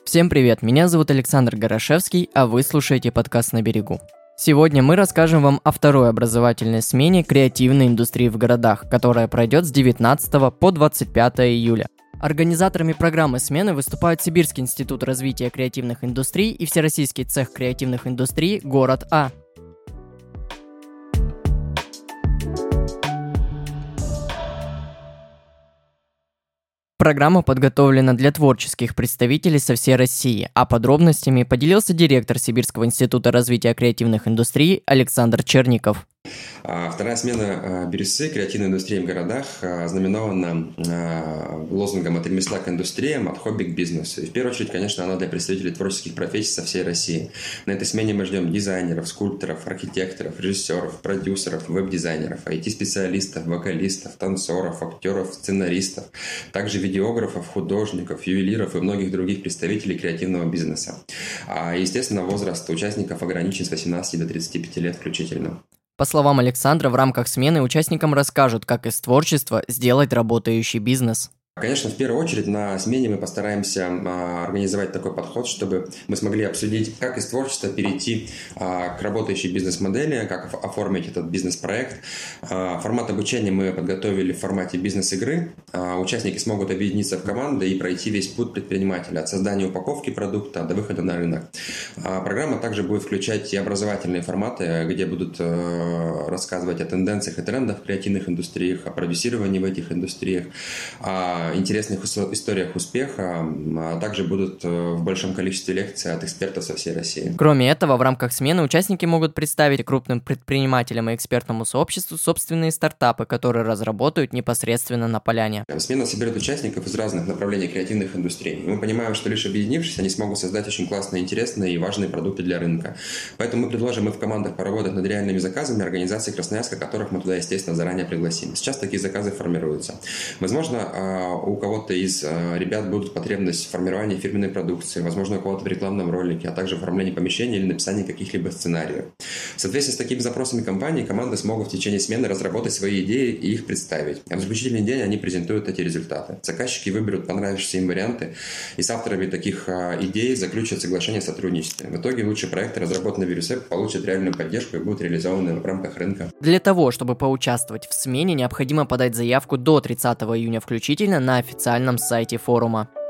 Всем привет, меня зовут Александр Горошевский, а вы слушаете подкаст «На берегу». Сегодня мы расскажем вам о второй образовательной смене креативной индустрии в городах, которая пройдет с 19 по 25 июля. Организаторами программы смены выступают Сибирский институт развития креативных индустрий и Всероссийский цех креативных индустрий «Город А». Программа подготовлена для творческих представителей со всей России, а подробностями поделился директор Сибирского института развития креативных индустрий Александр Черников. Вторая смена Бирюсы креативной индустрии в городах знаменована лозунгом «От ремесла к индустриям, от хобби к бизнесу». И в первую очередь, конечно, она для представителей творческих профессий со всей России. На этой смене мы ждем дизайнеров, скульпторов, архитекторов, режиссеров, продюсеров, веб-дизайнеров, IT-специалистов, вокалистов, танцоров, актеров, сценаристов, также видеографов, художников, ювелиров и многих других представителей креативного бизнеса. Естественно, возраст участников ограничен с 18 до 35 лет включительно. По словам Александра, в рамках смены участникам расскажут, как из творчества сделать работающий бизнес. Конечно, в первую очередь на смене мы постараемся организовать такой подход, чтобы мы смогли обсудить, как из творчества перейти к работающей бизнес-модели, как оформить этот бизнес-проект. Формат обучения мы подготовили в формате бизнес-игры. Участники смогут объединиться в команды и пройти весь путь предпринимателя от создания упаковки продукта до выхода на рынок. Программа также будет включать и образовательные форматы, где будут рассказывать о тенденциях и трендах в креативных индустриях, о продюсировании в этих индустриях, интересных историях успеха, а также будут в большом количестве лекций от экспертов со всей России. Кроме этого, в рамках смены участники могут представить крупным предпринимателям и экспертному сообществу собственные стартапы, которые разработают непосредственно на поляне. Смена соберет участников из разных направлений креативных индустрий. И мы понимаем, что лишь объединившись, они смогут создать очень классные, интересные и важные продукты для рынка. Поэтому мы предложим и в командах поработать над реальными заказами организаций Красноярска, которых мы туда, естественно, заранее пригласим. Сейчас такие заказы формируются. Возможно, у кого-то из ребят будут потребность в формировании фирменной продукции, возможно, у кого-то в рекламном ролике, а также в оформлении помещения или написании каких-либо сценариев. В соответствии с такими запросами компании, команды смогут в течение смены разработать свои идеи и их представить. А в заключительный день они презентуют эти результаты. Заказчики выберут понравившиеся им варианты и с авторами таких идей заключат соглашение о сотрудничестве. В итоге лучшие проекты, разработанные в Бирюсе, получат реальную поддержку и будут реализованы в рамках рынка. Для того, чтобы поучаствовать в смене, необходимо подать заявку до 30 июня включительно на официальном сайте форума.